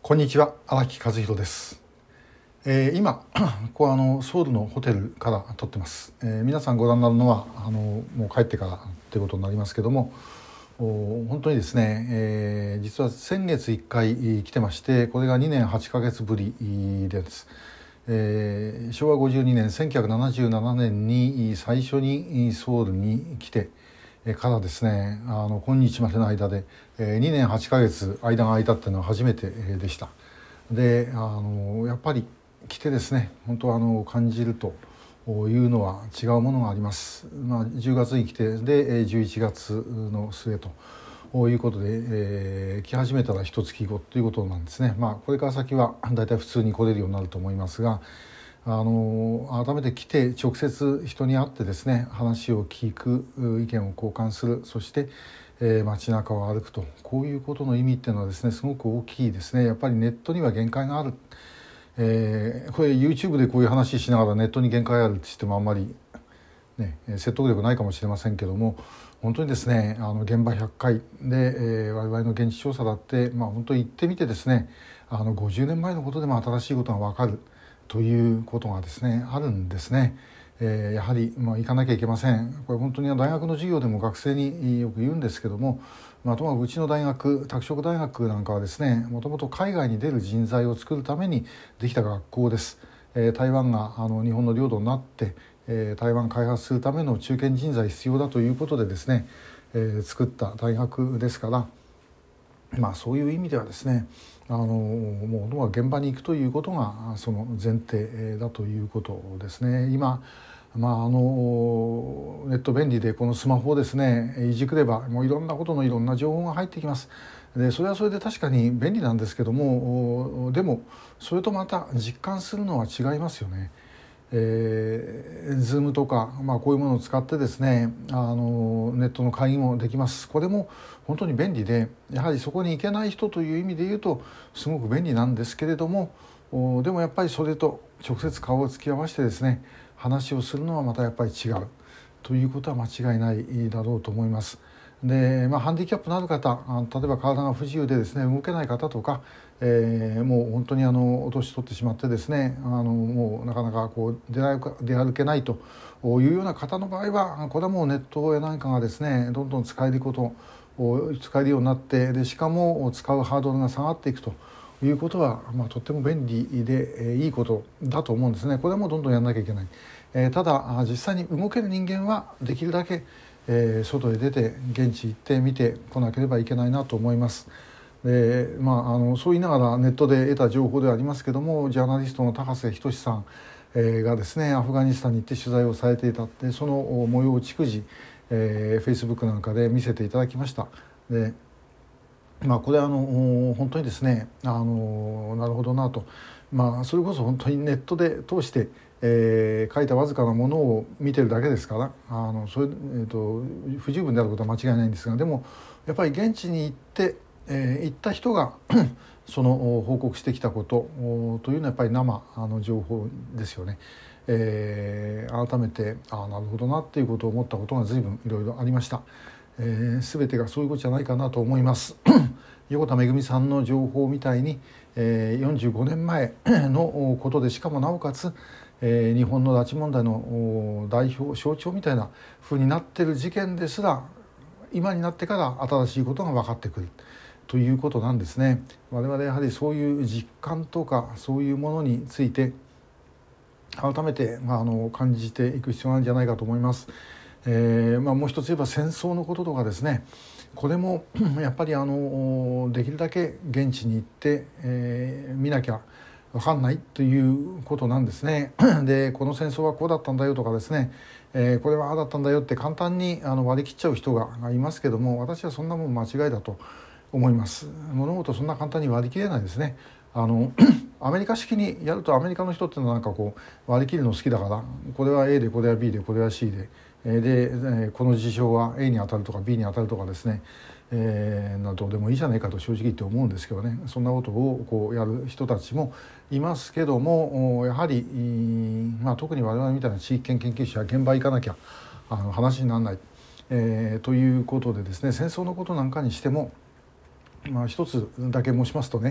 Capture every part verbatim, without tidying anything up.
こんにちは、荒木和弘です。えー、今ここはあのソウルのホテルから撮ってます。えー、皆さんご覧になるのはあのもう帰ってからということになりますけども、本当にですね、えー、実は先月いっかい来てまして、これがにねんはちかげつぶりです。えー、しょうわごじゅうにねんせんきゅうひゃくななじゅうななねんに最初にソウルに来てからですね、あの今日までの間でにねんはちかげつ間が空いたっていうのは初めてでした。で、あのやっぱり来てですね、本当あの感じるというのは違うものがあります。まあ、じゅうがつに来てでじゅういちがつの末ということで、えー、来始めたら一月後ということなんですね。まあ、これから先はだいたい普通に来れるようになると思いますが、あの改めて来て直接人に会ってですね、話を聞く、意見を交換する、そして、えー、街中を歩くと、こういうことの意味っていうのはですね、すごく大きいですね。やっぱりネットには限界がある。えー、これ YouTube でこういう話しながらネットに限界あるって言ってもあんまり、ね、説得力ないかもしれませんけども、本当にですね、あの現場ひゃっかいで、えー、我々の現地調査だって、まあ、本当に行ってみてですね、あのごじゅうねんまえのことでも新しいことが分かるということがですねあるんですね。えー、やはり、まあ、行かなきゃいけません。これ本当に大学の授業でも学生によく言うんですけども、まあ、ともかくうちの大学、拓殖大学なんかはですね、もともと海外に出る人材を作るためにできた学校です。えー、台湾があの日本の領土になって、えー、台湾開発するための中堅人材必要だということでですね、えー、作った大学ですから、まあ、そういう意味ではですね、あのもう現場に行くということがその前提だということですね。今、まあ、あのネット便利でこのスマホをですねいじくればもういろんなことのいろんな情報が入ってきます。でそれはそれで確かに便利なんですけども、でもそれとまた実感するのは違いますよね。えー、Zoom とか、まあ、こういうものを使ってですね、あのネットの会議もできます。これも本当に便利で、やはりそこに行けない人という意味で言うとすごく便利なんですけれども、でもやっぱりそれと直接顔を突き合わせてですね話をするのはまたやっぱり違うということは間違いないだろうと思います。で、まあ、ハンディキャップのある方、例えば体が不自由でですね動けない方とか、えー、もう本当にあのお年取ってしまってですね、あのもうなかなかこう出歩出歩けないというような方の場合は、これはもうネットや何かがですねどんどん使えることを使えるようになって、でしかも使うハードルが下がっていくということは、まあ、とっても便利で、えー、いいことだと思うんですね。これはもうどんどんやらなきゃいけない。えー、ただ実際に動ける人間はできるだけえー、外へ出て現地行ってみてこなければいけないなと思います。で、まあ、あのそう言いながらネットで得た情報ではありますけども、ジャーナリストの高瀬仁さん、えー、がですねアフガニスタンに行って取材をされていたって、その模様を逐次、えー、フェイスブックなんかで見せていただきました。で、まあ、これはあの本当にですね、あのなるほどなと、まあ、それこそ本当にネットで通してえー、書いたわずかなものを見てるだけですから、あのそれ、えー、と不十分であることは間違いないんですが、でもやっぱり現地に行って、えー、行った人がその報告してきたことというのはやっぱり生あの情報ですよね。えー、改めてああなるほどなっていうことを思ったことが随分いろいろありました。えー、全てがそういうことじゃないかなと思います。横田めぐみさんの情報みたいに、えー、よんじゅうごねんまえのことで、しかもなおかつえー、日本の拉致問題の代表象徴みたいな風になっている事件ですら今になってから新しいことが分かってくるということなんですね。我々やはりそういう実感とかそういうものについて改めて、まあ、あの感じていく必要なんじゃないかと思います。えーまあ、もう一つ言えば戦争のこととかですね、これもやっぱりあのできるだけ現地に行って、えー、見なきゃ分かんないということなんですね。でこの戦争はこうだったんだよとかですね、えー、これはああだったんだよって簡単にあの割り切っちゃう人がいますけども、私はそんなもん間違いだと思います。物事そんな簡単に割り切れないですね。あのアメリカ式にやると、アメリカの人っていうのはなんかこう割り切るの好きだから、これは A でこれは ビー でこれは シー で、でこの事象は エー に当たるとか ビー に当たるとかですね、えー、どうでもいいじゃないかと正直言って思うんですけどね。そんなことをこうやる人たちもいますけども、やはり、まあ、特に我々みたいな地域研究者は現場行かなきゃあの話にならない、えー、ということでですね、戦争のことなんかにしても、まあ、一つだけ申しますとね、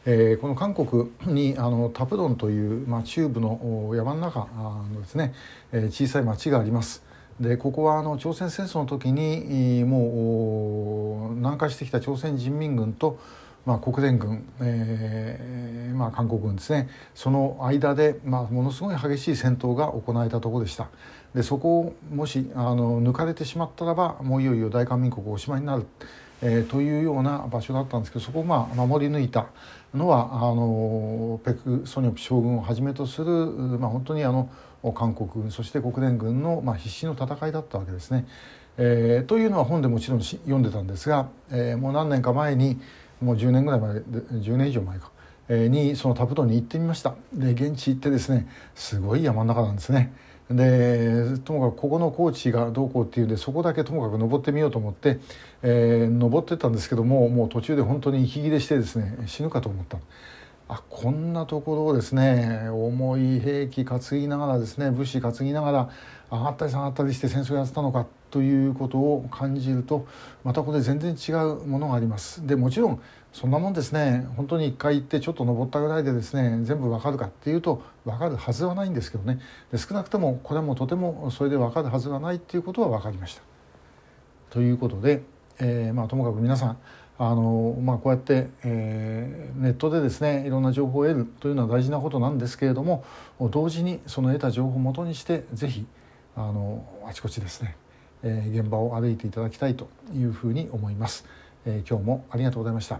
えー、この韓国にあのタプドンという、まあ、中部の山の中のですね、えー、小さい町があります。でここはあの朝鮮戦争の時にもう南下してきた朝鮮人民軍と、まあ、国連軍、えーまあ、韓国軍ですね、その間で、まあ、ものすごい激しい戦闘が行われたところでした。でそこをもしあの抜かれてしまったらばもういよいよ大韓民国おしまいになる、えー、というような場所だったんですけど、そこをまあ守り抜いたのはあのペク・ソニョプ将軍をはじめとする、まあ、本当にあの韓国軍そして国連軍の、まあ、必死の戦いだったわけですね。えー、というのは本でもちろん読んでたんですが、えー、もう何年か前にもうじゅうねんぐらい前でじゅうねん以上前か、えー、にそのタプドンに行ってみました。で現地行ってですね、すごい山の中なんですね。でともかくここの高地がどうこうっていうんでそこだけともかく登ってみようと思って、えー、登ってったんですけども、もう途中で本当に息切れしてですね死ぬかと思った。あこんなところをですね重い兵器担ぎながらですね物資担ぎながら上がったり下がったりして戦争をやってたのかということを感じると、またここで全然違うものがあります。でもちろんそんなもんですね、本当に一回行ってちょっと登ったぐらいでですね全部わかるかっていうとわかるはずはないんですけどね。で少なくともこれもとてもそれでわかるはずがないっていうことは分かりました。ということで、えーまあ、ともかく皆さんあの、まあ、こうやって、えー、ネットでですねいろんな情報を得るというのは大事なことなんですけれども、同時にその得た情報をもとにしてぜひあのあちこちですね、えー、現場を歩いていただきたいというふうに思います。えー、今日もありがとうございました。